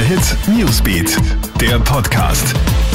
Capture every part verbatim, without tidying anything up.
Hit Newsbeat, der Podcast.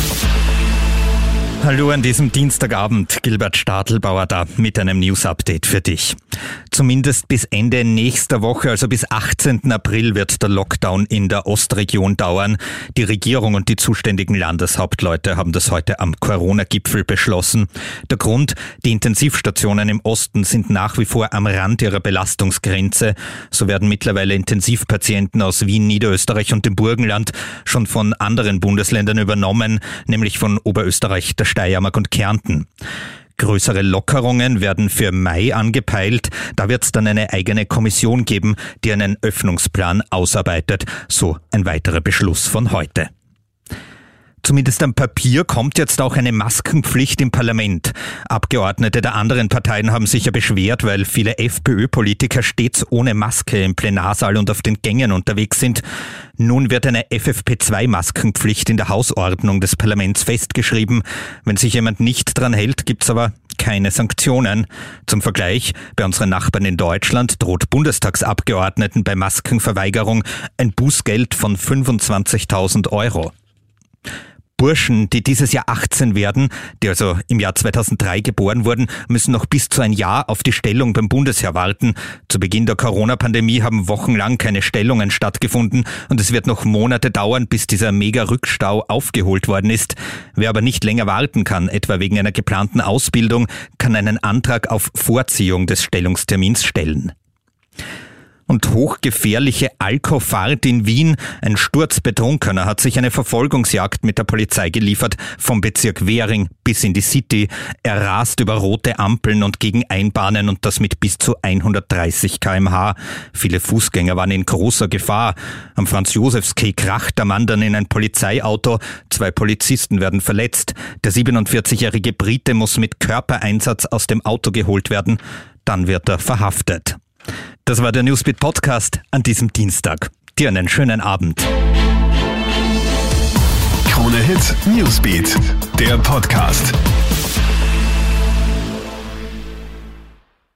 Hallo an diesem Dienstagabend, Gilbert Stadelbauer da mit einem News-Update für dich. Zumindest bis Ende nächster Woche, also bis achtzehnten April, wird der Lockdown in der Ostregion dauern. Die Regierung und die zuständigen Landeshauptleute haben das heute am Corona-Gipfel beschlossen. Der Grund, die Intensivstationen im Osten sind nach wie vor am Rand ihrer Belastungsgrenze. So werden mittlerweile Intensivpatienten aus Wien, Niederösterreich und dem Burgenland schon von anderen Bundesländern übernommen, nämlich von Oberösterreich, der Steiermark und Kärnten. Größere Lockerungen werden für Mai angepeilt. Da wird es dann eine eigene Kommission geben, die einen Öffnungsplan ausarbeitet. So ein weiterer Beschluss von heute. Zumindest am Papier kommt jetzt auch eine Maskenpflicht im Parlament. Abgeordnete der anderen Parteien haben sich ja beschwert, weil viele FPÖ-Politiker stets ohne Maske im Plenarsaal und auf den Gängen unterwegs sind. Nun wird eine F F P zwei Maskenpflicht in der Hausordnung des Parlaments festgeschrieben. Wenn sich jemand nicht dran hält, gibt's aber keine Sanktionen. Zum Vergleich, bei unseren Nachbarn in Deutschland droht Bundestagsabgeordneten bei Maskenverweigerung ein Bußgeld von fünfundzwanzigtausend Euro. Burschen, die dieses Jahr achtzehn werden, die also im Jahr zweitausenddrei geboren wurden, müssen noch bis zu ein Jahr auf die Stellung beim Bundesheer warten. Zu Beginn der Corona-Pandemie haben wochenlang keine Stellungen stattgefunden und es wird noch Monate dauern, bis dieser Mega-Rückstau aufgeholt worden ist. Wer aber nicht länger warten kann, etwa wegen einer geplanten Ausbildung, kann einen Antrag auf Vorziehung des Stellungstermins stellen. Und hochgefährliche Alkofahrt in Wien. Ein Sturzbetrunkener hat sich eine Verfolgungsjagd mit der Polizei geliefert, vom Bezirk Währing bis in die City. Er rast über rote Ampeln und gegen Einbahnen und das mit bis zu hundertdreißig Kilometer pro Stunde. Viele Fußgänger waren in großer Gefahr. Am Franz-Josefs-Quai kracht der Mann dann in ein Polizeiauto. Zwei Polizisten werden verletzt. Der siebenundvierzigjährige Brite muss mit Körpereinsatz aus dem Auto geholt werden. Dann wird er verhaftet. Das war der Newsbeat Podcast an diesem Dienstag. Dir einen schönen Abend. Krone Hit Newsbeat, der Podcast.